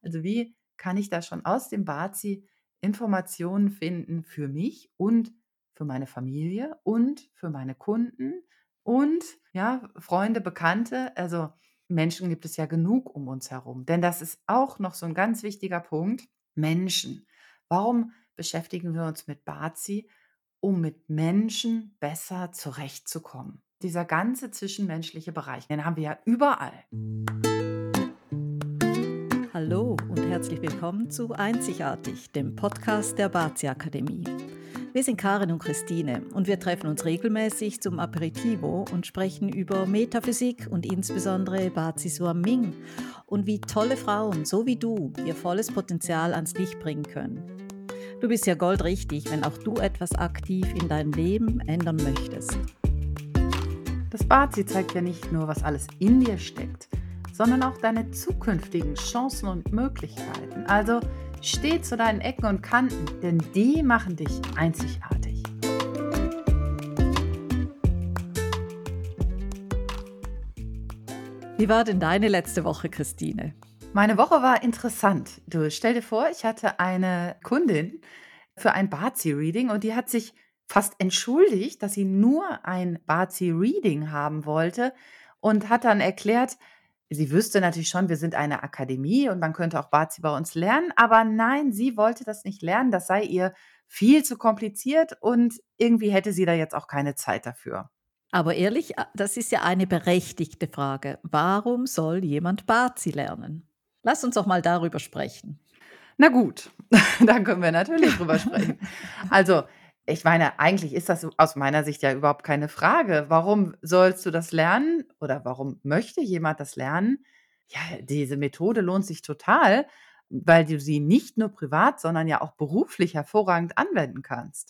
Also, wie kann ich da schon aus dem Bazi Informationen finden für mich und für meine Familie und für meine Kunden und, ja, Freunde, Bekannte. Also, Menschen gibt es ja genug um uns herum. Denn das ist auch noch so ein ganz wichtiger Punkt, Menschen. Warum beschäftigen wir uns mit Bazi? Um mit Menschen besser zurechtzukommen. Dieser ganze zwischenmenschliche Bereich, den haben wir ja überall. Hallo und herzlich willkommen zu Einzigartig, dem Podcast der Bazi Akademie. Wir sind Karin und Christine und wir treffen uns regelmäßig zum Aperitivo und sprechen über Metaphysik und insbesondere Bazi Suaming und wie tolle Frauen, so wie du, ihr volles Potenzial ans Licht bringen können. Du bist ja goldrichtig, wenn auch du etwas aktiv in deinem Leben ändern möchtest. Das Bazi zeigt ja nicht nur, was alles in dir steckt, sondern auch deine zukünftigen Chancen und Möglichkeiten. Also steh zu deinen Ecken und Kanten, denn die machen dich einzigartig. Wie war denn deine letzte Woche, Christine? Meine Woche war interessant. Du, stell dir vor, ich hatte eine Kundin für ein Bazi-Reading und die hat sich fast entschuldigt, dass sie nur ein Bazi-Reading haben wollte und hat dann erklärt, sie wüsste natürlich schon, wir sind eine Akademie und man könnte auch Bazi bei uns lernen, aber nein, sie wollte das nicht lernen, das sei ihr viel zu kompliziert und irgendwie hätte sie da jetzt auch keine Zeit dafür. Aber ehrlich, das ist ja eine berechtigte Frage. Warum soll jemand Bazi lernen? Lass uns doch mal darüber sprechen. Na gut, da können wir natürlich drüber sprechen. Also, ich meine, eigentlich ist das so aus meiner Sicht ja überhaupt keine Frage. Warum sollst du das lernen oder warum möchte jemand das lernen? Ja, diese Methode lohnt sich total, weil du sie nicht nur privat, sondern ja auch beruflich hervorragend anwenden kannst.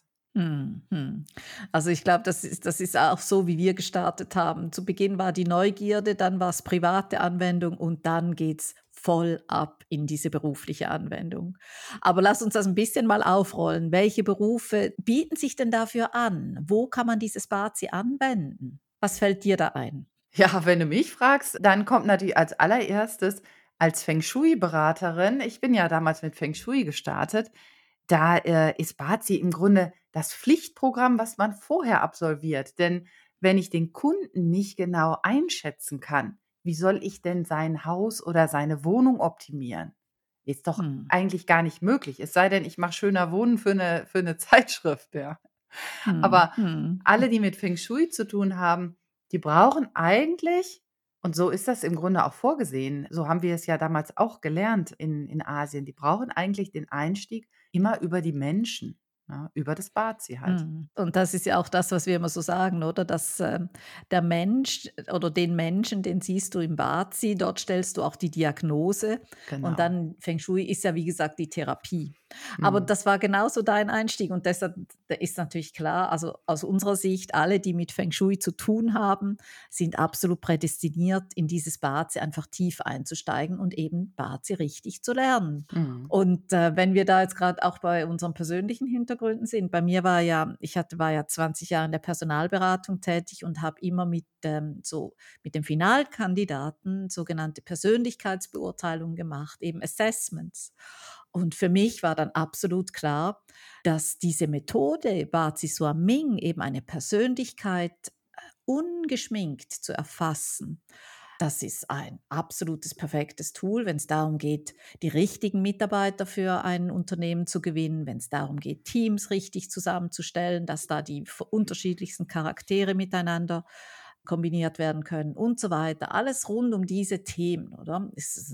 Mhm. Also ich glaube, das ist auch so, wie wir gestartet haben. Zu Beginn war die Neugierde, dann war es private Anwendung und dann geht's voll ab in diese berufliche Anwendung. Aber lass uns das ein bisschen mal aufrollen. Welche Berufe bieten sich denn dafür an? Wo kann man dieses Bazi anwenden? Was fällt dir da ein? Ja, wenn du mich fragst, dann kommt natürlich als Allererstes als Feng Shui-Beraterin, ich bin ja damals mit Feng Shui gestartet, da, ist Bazi im Grunde das Pflichtprogramm, was man vorher absolviert. Denn wenn ich den Kunden nicht genau einschätzen kann, wie soll ich denn sein Haus oder seine Wohnung optimieren? Ist doch Mhm. eigentlich gar nicht möglich. Es sei denn, ich mache schöner Wohnen für 'ne Zeitschrift, ja. Mhm. Aber Mhm. alle, die mit Feng Shui zu tun haben, die brauchen eigentlich und so ist das im Grunde auch vorgesehen, so haben wir es ja damals auch gelernt in Asien, die brauchen eigentlich den Einstieg immer über die Menschen, ne, über das Bazi halt. Mhm. Und das ist ja auch das, was wir immer so sagen, oder? Dass, der Mensch oder den Menschen, den siehst du im Bazi, dort stellst du auch die Diagnose und Genau. dann Feng Shui ist ja, wie gesagt, die Therapie. Aber Mhm. das war genauso dein Einstieg und deshalb da ist natürlich klar, also aus unserer Sicht, alle, die mit Feng Shui zu tun haben, sind absolut prädestiniert, in dieses Bazi einfach tief einzusteigen und eben Bazi richtig zu lernen. Mhm. Und, wenn wir da jetzt gerade auch bei unseren persönlichen Hintergründen sind, bei mir war ja 20 Jahre in der Personalberatung tätig und habe immer mit dem Finalkandidaten sogenannte Persönlichkeitsbeurteilungen gemacht, eben Assessments. Und für mich war dann absolut klar, dass diese Methode Bazi Ming eben eine Persönlichkeit, ungeschminkt zu erfassen, das ist ein absolutes perfektes Tool, wenn es darum geht, die richtigen Mitarbeiter für ein Unternehmen zu gewinnen, wenn es darum geht, Teams richtig zusammenzustellen, dass da die unterschiedlichsten Charaktere miteinander kombiniert werden können und so weiter. Alles rund um diese Themen, oder?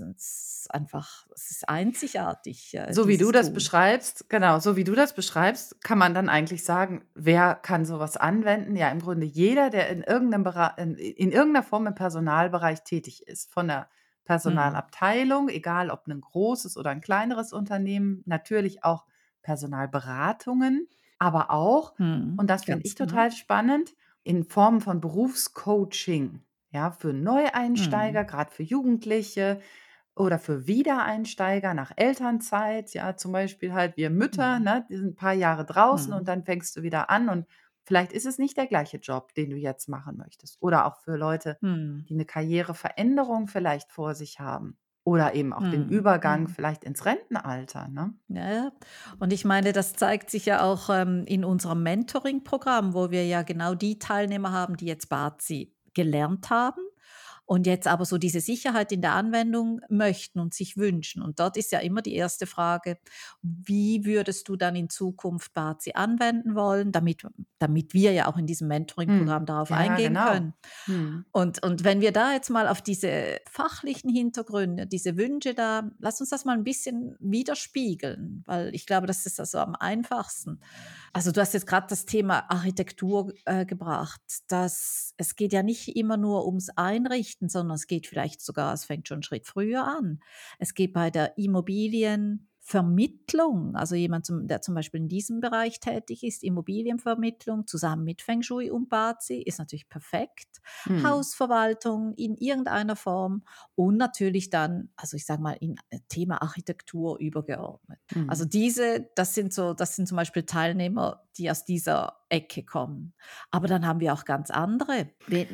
Es ist einzigartig, So wie du dieses das Tool. beschreibst genau, so wie du das beschreibst, kann man dann eigentlich sagen, wer kann so was anwenden? Ja, im Grunde jeder, der in irgendeinem in irgendeiner Form im Personalbereich tätig ist. Von der Mhm. Personalabteilung, egal ob 'nen großes oder 'n kleineres Unternehmen, natürlich auch Personalberatungen, aber auch, Mhm. und das finde Ganz ich genau. total spannend, in Form von Berufscoaching, ja, für Mhm. Neueinsteiger, grad für Jugendliche oder für Wiedereinsteiger nach Elternzeit, ja, zum Beispiel halt wir Mütter, Mhm. ne, die sind 'n paar Jahre draußen und Mhm. dann fängst du wieder an und vielleicht ist es nicht der gleiche Job, den du jetzt machen möchtest. Oder auch für Leute, Mhm. die 'ne Karriereveränderung vielleicht vor sich haben. oder eben auch den Mhm. Übergang Mhm. vielleicht ins Rentenalter, ne? Ja, ja. Und ich meine, das zeigt sich ja auch, in unserem Mentoring-Programm, wo wir ja genau die Teilnehmer haben, die jetzt Bazi gelernt haben und jetzt aber so diese Sicherheit in der Anwendung möchten und sich wünschen. Und dort ist ja immer die erste Frage: Wie würdest du dann in Zukunft Bazi anwenden wollen, damit wir ja auch in diesem Mentoring-Programm Mhm. darauf Ja, eingehen genau. können? Mhm. Und wenn wir da jetzt mal auf diese fachlichen Hintergründe, diese Wünsche da, lass uns das mal ein bisschen widerspiegeln, weil ich glaube, das ist also am einfachsten. Also, du hast jetzt gerade das Thema Architektur, gebracht. Es geht ja nicht immer nur ums Einrichten, sondern es geht vielleicht sogar, es fängt schon 'n Schritt früher an. Es geht bei der Immobilienvermittlung, also jemand der zum Beispiel in diesem Bereich tätig ist, Immobilienvermittlung zusammen mit Feng Shui und Bazi ist natürlich perfekt. Mhm. Hausverwaltung in irgendeiner Form und natürlich dann, also ich sage mal, in Thema Architektur übergeordnet. Also Mhm. das sind zum Beispiel Teilnehmer, die aus dieser Ecke kommen. Aber dann haben wir auch ganz andere.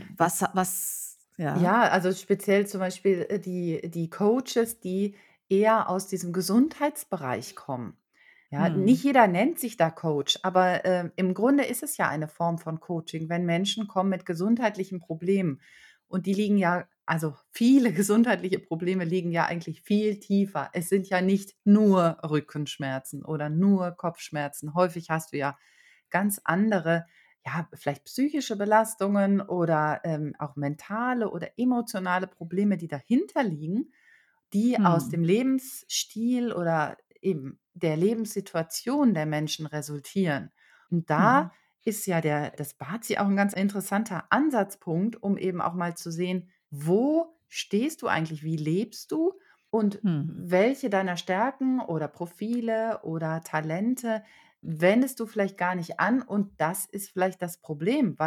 Ja. Ja, also speziell zum Beispiel, die Coaches, die eher aus diesem Gesundheitsbereich kommen. Ja, nicht Mhm. jeder nennt sich da Coach, aber, im Grunde ist es ja eine Form von Coaching, wenn Menschen kommen mit gesundheitlichen Problemen und die liegen ja, also viele gesundheitliche Probleme liegen ja eigentlich viel tiefer. Es sind ja nicht nur Rückenschmerzen oder nur Kopfschmerzen. Häufig hast du ja ganz andere, ja, vielleicht psychische Belastungen oder, auch mentale oder emotionale Probleme, die dahinter liegen, die aus Mhm. dem Lebensstil oder eben der Lebenssituation der Menschen resultieren. Und Mhm. da ist ja das Bazi auch ein ganz interessanter Ansatzpunkt, um eben auch mal zu sehen: Wo stehst du eigentlich? Wie lebst du? Und Mhm. welche deiner Stärken oder Profile oder Talente wendest du vielleicht gar nicht an, und das ist vielleicht das Problem,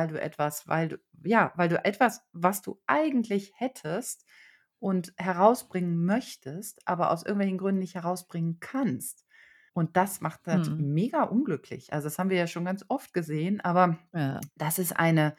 weil du etwas, was du eigentlich hättest und herausbringen möchtest, aber aus irgendwelchen Gründen nicht herausbringen kannst. Und das macht natürlich Mhm. mega unglücklich. Also, das haben wir ja schon ganz oft gesehen, aber Ja. das ist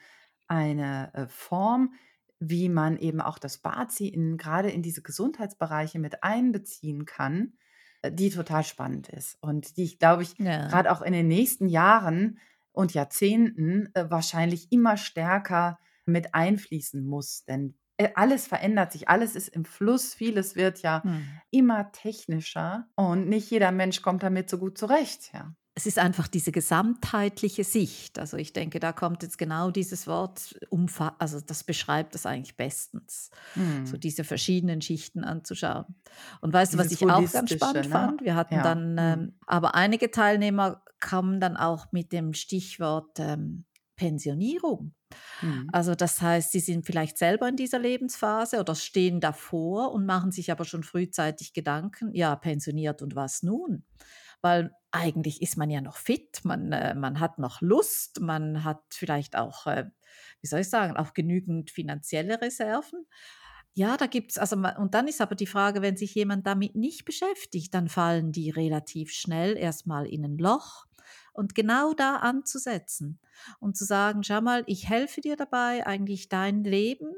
eine Form, wie man eben auch das Bazi in grade in diese Gesundheitsbereiche mit einbeziehen kann, die total spannend ist und die ich, glaube ich, Ja. gerade auch in den nächsten Jahren und Jahrzehnten, wahrscheinlich immer stärker mit einfließen muss. Denn, alles verändert sich, alles ist im Fluss, vieles wird ja Mhm. immer technischer und nicht jeder Mensch kommt damit so gut zurecht, ja. Es ist einfach diese gesamtheitliche Sicht. Also, ich denke, da kommt jetzt genau dieses Wort also, das beschreibt das eigentlich bestens, so Mhm. diese verschiedenen Schichten anzuschauen. Und weißt du, was Dieses ich auch ganz Holistische, spannend ne? fand? Wir hatten Ja. dann, Mhm. aber einige Teilnehmer kamen dann auch mit dem Stichwort, Pensionierung. Mhm. Also, das heißt, sie sind vielleicht selber in dieser Lebensphase oder stehen davor und machen sich aber schon frühzeitig Gedanken: „Ja, pensioniert und was nun?“ Weil eigentlich ist man ja noch fit, man hat noch Lust, man hat vielleicht auch, wie soll ich sagen, auch genügend finanzielle Reserven. Ja, da gibt's also ma und dann ist aber die Frage, wenn sich jemand damit nicht beschäftigt, dann fallen die relativ schnell erst mal in 'n Loch. Und genau da anzusetzen und zu sagen: „Schau mal, ich helfe dir dabei, eigentlich dein Leben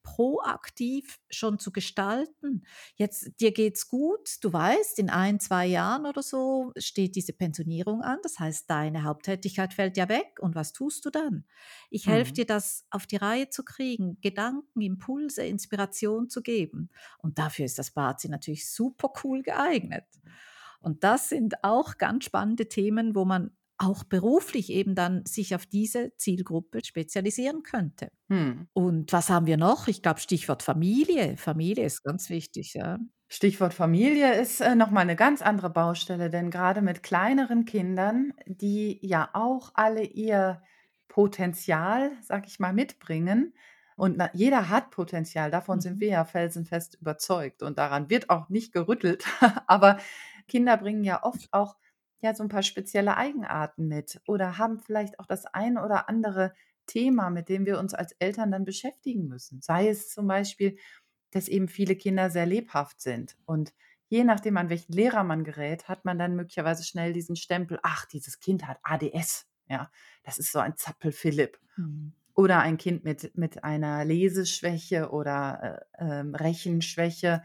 proaktiv schon zu gestalten. Jetzt dir geht's gut, du weißt, in 1, 2 Jahren oder so steht diese Pensionierung an. Das heißt, deine Haupttätigkeit fällt ja weg und was tust du dann? Ich helfe Mhm. dir, das auf die Reihe zu kriegen, Gedanken, Impulse, Inspiration zu geben. Und dafür ist das Bazi natürlich super cool geeignet. Und das sind auch ganz spannende Themen, wo man auch beruflich eben dann sich auf diese Zielgruppe spezialisieren könnte. Mhm. Und was haben wir noch? Ich glaube, Stichwort Familie. Familie ist ganz wichtig, ja. Stichwort Familie ist, noch mal 'ne ganz andere Baustelle, denn grade mit kleineren Kindern, die ja auch alle ihr Potenzial, sage ich mal, mitbringen, und jeder hat Potenzial, davon sind Mhm. wir ja felsenfest überzeugt und daran wird auch nicht gerüttelt. Aber Kinder bringen ja oft auch, ja, so 'n paar spezielle Eigenarten mit oder haben vielleicht auch das ein oder andere Thema, mit dem wir uns als Eltern dann beschäftigen müssen. Sei es zum Beispiel, dass eben viele Kinder sehr lebhaft sind. Und je nachdem, an welchen Lehrer man gerät, hat man dann möglicherweise schnell diesen Stempel: „Ach, dieses Kind hat ADS, ja, das ist so ein Zappel-Philipp.“ Mhm. Oder ein Kind mit einer Leseschwäche oder, Rechenschwäche,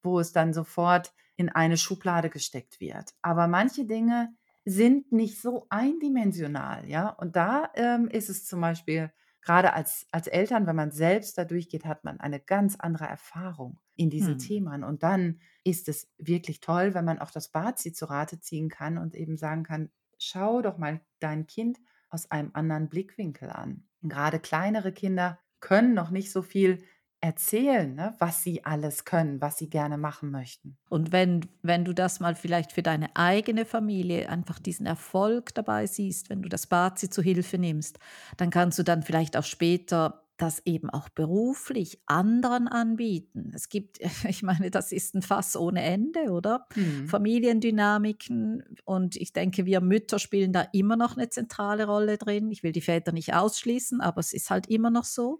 wo es dann sofort in eine Schublade gesteckt wird. Aber manche Dinge sind nicht so eindimensional, ja? Und da, ist es zum Beispiel gerade als Eltern, wenn man selbst da durchgeht, hat man eine ganz andere Erfahrung in diese Mhm. Themen. Und dann ist es wirklich toll, wenn man auch das Bazi zu Rate ziehen kann und eben sagen kann: „Schau doch mal dein Kind aus einem anderen Blickwinkel an.“ Gerade kleinere Kinder können noch nicht so viel erzählen, ne, was sie alles können, was sie gerne machen möchten. Und wenn du das mal vielleicht für deine eigene Familie einfach diesen Erfolg dabei siehst, wenn du das Bazi zu Hilfe nimmst, dann kannst du dann vielleicht auch später das eben auch beruflich anderen anbieten. Es gibt ich meine, das ist ein Fass ohne Ende, oder? Mhm. Familiendynamiken und ich denke, wir Mütter spielen da immer noch eine zentrale Rolle drin. Ich will die Väter nicht ausschließen, aber es ist halt immer noch so.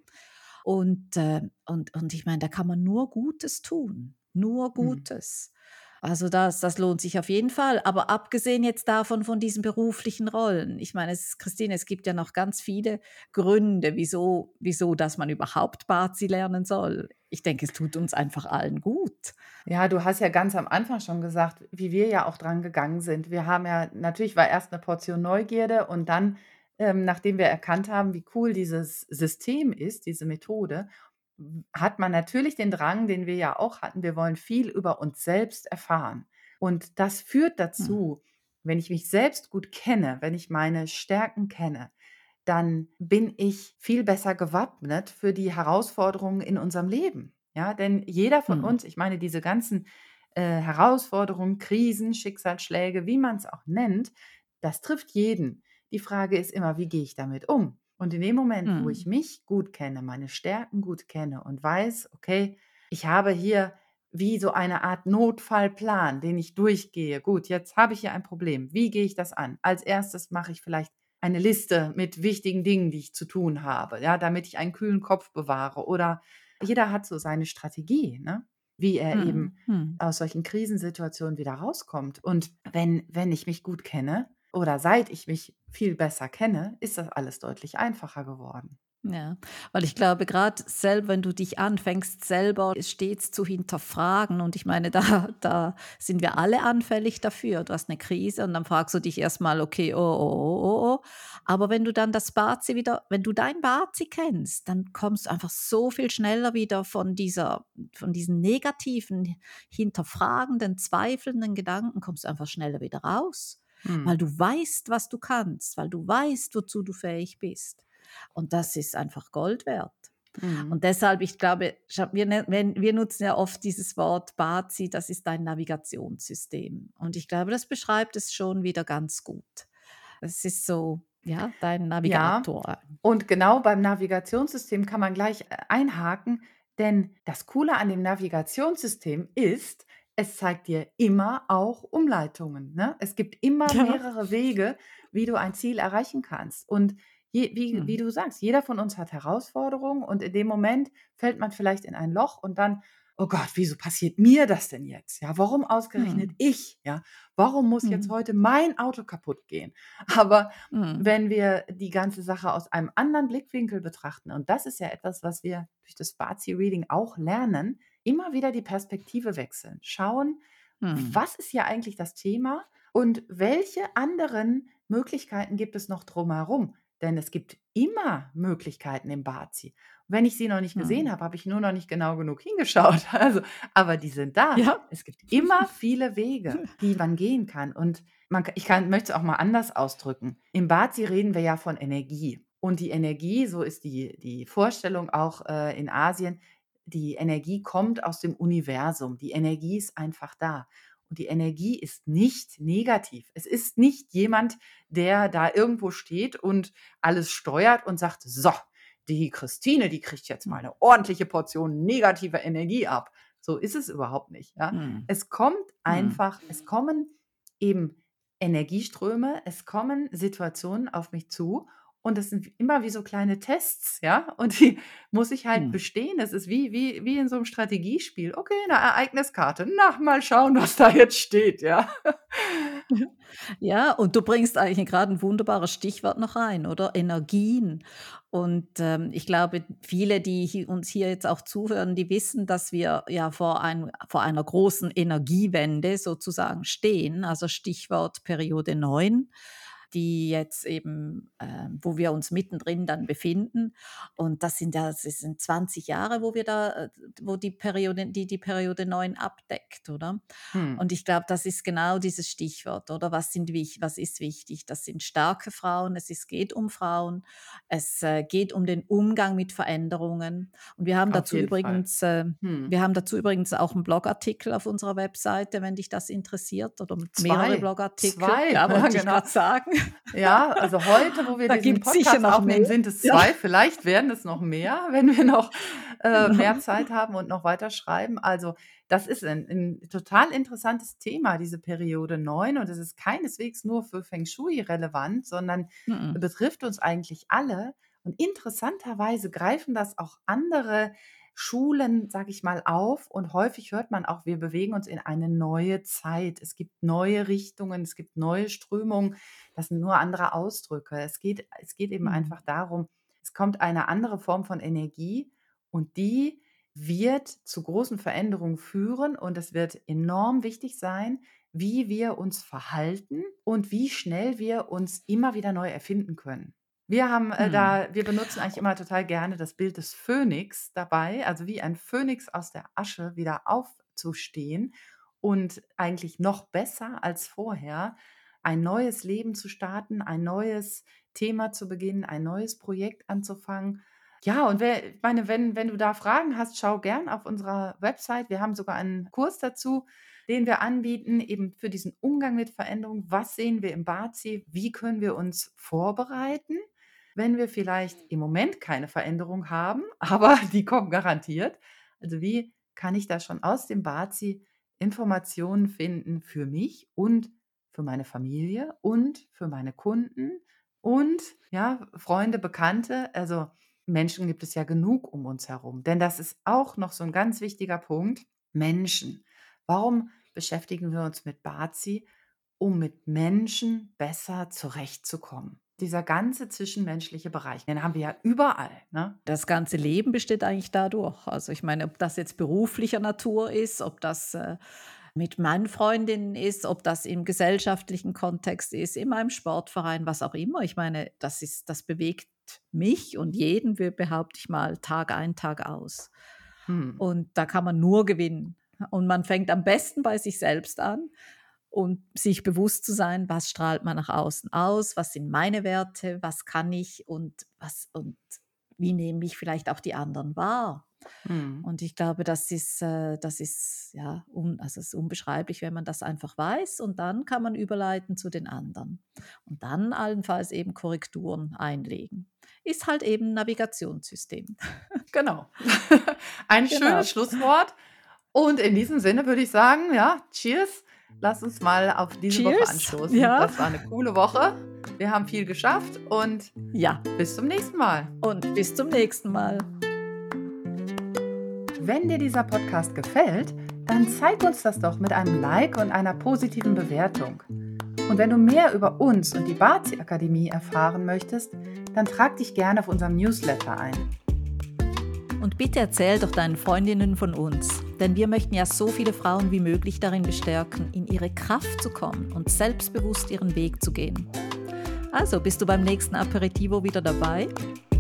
Und ich meine, da kann man nur Gutes tun, nur Mhm. Gutes. Also das lohnt sich auf jeden Fall. Aber abgesehen jetzt davon von diesen beruflichen Rollen, ich meine, Christine, es gibt ja noch ganz viele Gründe, wieso dass man überhaupt Bazi lernen soll. Ich denke, es tut uns einfach allen gut. Ja, du hast ja ganz am Anfang schon gesagt, wie wir ja auch dran gegangen sind. Wir haben ja natürlich war erst eine Portion Neugierde und dann, nachdem wir erkannt haben, wie cool dieses System ist, diese Methode, hat man natürlich den Drang, den wir ja auch hatten, wir wollen viel über uns selbst erfahren. Und das führt Mhm. dazu, wenn ich mich selbst gut kenne, wenn ich meine Stärken kenne, dann bin ich viel besser gewappnet für die Herausforderungen in unserem Leben. Ja, denn jeder von Mhm. uns, ich meine, diese ganzen, Herausforderungen, Krisen, Schicksalsschläge, wie man es auch nennt, das trifft jeden. Die Frage ist immer: Wie gehe ich damit um? Und in dem Moment, wo ich Mhm. mich gut kenne, meine Stärken gut kenne und weiß: „Okay, ich habe hier wie so eine Art Notfallplan, den ich durchgehe. Gut, jetzt habe ich hier ein Problem. Wie gehe ich das an? Als Erstes mache ich vielleicht eine Liste mit wichtigen Dingen, die ich zu tun habe, ja, damit ich einen kühlen Kopf bewahre. Oder jeder hat so seine Strategie, ne, wie er Mhm. eben Mhm. aus solchen Krisensituationen wieder rauskommt. Und wenn ich mich gut kenne oder seit ich mich viel besser kenne, ist das alles deutlich einfacher geworden. Ja, weil ich glaube, gerade selber, wenn du dich anfängst, selber stets zu hinterfragen und ich meine, da sind wir alle anfällig dafür. Du hast eine Krise und dann fragst du dich erst mal: „Okay, oh, oh, oh, oh, oh.“ Aber wenn du dein Bazi kennst, dann kommst du einfach so viel schneller wieder von diesen negativen, hinterfragenden, zweifelnden Gedanken kommst du einfach schneller wieder raus, weil Mhm. du weißt, was du kannst, weil du weißt, wozu du fähig bist. Und das ist einfach Gold wert. Mhm. Und deshalb, ich glaube, wir nutzen ja oft dieses Wort Bazi, das ist ein Navigationssystem. Und ich glaube, das beschreibt es schon wieder ganz gut. Es ist so, ja, dein Ja, Navigator. und genau beim Navigationssystem kann man gleich, einhaken, denn das Coole an dem Navigationssystem ist, es zeigt dir immer auch Umleitungen, ne? Es gibt immer Ja. mehrere Wege, wie du ein Ziel erreichen kannst. Und wie Mhm. du sagst, jeder von uns hat Herausforderungen und in dem Moment fällt man vielleicht in ein Loch und dann: „Oh Gott, wieso passiert mir das denn jetzt? Ja, warum ausgerechnet Mhm. ich? Ja, warum muss jetzt Mhm. heute mein Auto kaputt gehen?“ Aber Mhm. wenn wir die ganze Sache aus einem anderen Blickwinkel betrachten, und das ist ja etwas, was wir durch das Bazi-Reading auch lernen, immer wieder die Perspektive wechseln. Schauen, Mhm. was ist hier eigentlich das Thema und welche anderen Möglichkeiten gibt es noch drumherum? Denn es gibt immer Möglichkeiten im Bazi. Wenn ich sie noch nicht gesehen Mhm. habe, habe ich nur noch nicht genau genug hingeschaut. Also, aber die sind da. Ja. Es gibt immer viele Wege, die man gehen kann. Und möchte es auch mal anders ausdrücken. Im Bazi reden wir ja von Energie. Und die Energie, so ist die Vorstellung auch, in Asien, die Energie kommt aus dem Universum. Die Energie ist einfach da. Und die Energie ist nicht negativ. Es ist nicht jemand, der da irgendwo steht und alles steuert und sagt: „So, die Christine, die kriegt jetzt mal Mhm. eine ordentliche Portion negative Energie ab.“ So ist es überhaupt nicht, ja? Mhm. Mhm. Es kommen eben Energieströme, es kommen Situationen auf mich zu und das sind immer wie so kleine Tests, ja? Und die muss ich halt Mhm. bestehen. Das ist wie in so 'nem Strategiespiel. Okay, 'ne Ereigniskarte. Na, mal schauen, was da jetzt steht, ja? Ja, und du bringst eigentlich gerade ein wunderbares Stichwort noch rein, oder? Energien. Und, ich glaube, viele, die uns hier jetzt auch zuhören, die wissen, dass wir ja vor einer großen Energiewende sozusagen stehen, also Stichwort Periode 9, die jetzt eben wo wir uns mittendrin dann befinden. Und das sind 20 Jahre, wo wir da wo die Periode 9 abdeckt, oder? Mhm. Und ich glaube, das ist genau dieses Stichwort, oder? Was ist wichtig? Das sind starke Frauen, es geht um Frauen, geht um den Umgang mit Veränderungen. Und Auf jeden Fall. wir Mhm. haben dazu übrigens auch einen Blogartikel auf unserer Webseite, wenn dich das interessiert, oder mehrere 2, Blogartikel. 2, Ja, ja wollte ich genau. gerade sagen. Ja, also heute, wo wir Da diesen gibt's sicher Podcast noch mehr. aufnehmen, sind es Ja, 2. Vielleicht werden es noch mehr, wenn wir noch, mehr genau. Zeit haben und noch weiter schreiben. Also, das ist ein total interessantes Thema, diese Periode 9, und es ist keineswegs nur für Feng Shui relevant, sondern Mhm. betrifft uns eigentlich alle. Und interessanterweise greifen das auch andere Schulen, sage ich mal, auf, und häufig hört man auch, wir bewegen uns in eine neue Zeit. Es gibt neue Richtungen, es gibt neue Strömungen. Das sind nur andere Ausdrücke. Es geht eben Mhm. einfach darum, es kommt eine andere Form von Energie, und die wird zu großen Veränderungen führen, und es wird enorm wichtig sein, wie wir uns verhalten und wie schnell wir uns immer wieder neu erfinden können. Mhm. Wir benutzen eigentlich immer total gerne das Bild des Phönix dabei, also wie ein Phönix aus der Asche wieder aufzustehen und eigentlich noch besser als vorher ein neues Leben zu starten, ein neues Thema zu beginnen, ein neues Projekt anzufangen. Ja, und ich meine, wenn du da Fragen hast, schau gern auf unserer Website. Wir haben sogar einen Kurs dazu, den wir anbieten, eben für diesen Umgang mit Veränderung. Was sehen wir im Bazi? Wie können wir uns vorbereiten, wenn wir vielleicht im Moment keine Veränderung haben, aber die kommen garantiert. Also, wie kann ich da schon aus dem Bazi Informationen finden für mich und für meine Familie und für meine Kunden und, ja, Freunde, Bekannte. Also, Menschen gibt es ja genug um uns herum. Denn das ist auch noch so ein ganz wichtiger Punkt: Menschen. Warum beschäftigen wir uns mit Bazi? Um mit Menschen besser zurechtzukommen. Dieser ganze zwischenmenschliche Bereich, den haben wir ja überall, ne? Das ganze Leben besteht eigentlich dadurch. Also, ich meine, ob das jetzt beruflicher Natur ist, ob das, mit meinen Freundinnen ist, ob das im gesellschaftlichen Kontext ist, in meinem Sportverein, was auch immer. Ich meine, das bewegt mich und jeden, behaupte ich mal, Tag ein, Tag aus. Mhm. Und da kann man nur gewinnen. Und man fängt am besten bei sich selbst an und sich bewusst zu sein, was strahlt man nach außen aus, was sind meine Werte, was kann ich und wie nehme ich vielleicht auch die anderen wahr. Mhm. Und ich glaube, das ist ja also es ist unbeschreiblich, wenn man das einfach weiß, und dann kann man überleiten zu den anderen und dann allenfalls eben Korrekturen einlegen. Ist halt eben 'n Navigationssystem. Genau. Ein schönes Genau. Schlusswort. Und in diesem Sinne würde ich sagen, ja, cheers. Lass uns mal auf diese Woche Cheers. anstoßen. Ja, Das war eine coole Woche. Wir haben viel geschafft, und ja. bis zum nächsten Mal. Und bis zum nächsten Mal. Wenn dir dieser Podcast gefällt, dann zeig uns das doch mit einem Like und einer positiven Bewertung. Und wenn du mehr über uns und die Bazi Akademie erfahren möchtest, dann trag dich gerne auf unserem Newsletter ein. Und bitte erzähl doch deinen Freundinnen von uns, denn wir möchten ja so viele Frauen wie möglich darin bestärken, in ihre Kraft zu kommen und selbstbewusst ihren Weg zu gehen. Also, bist du beim nächsten Aperitivo wieder dabei?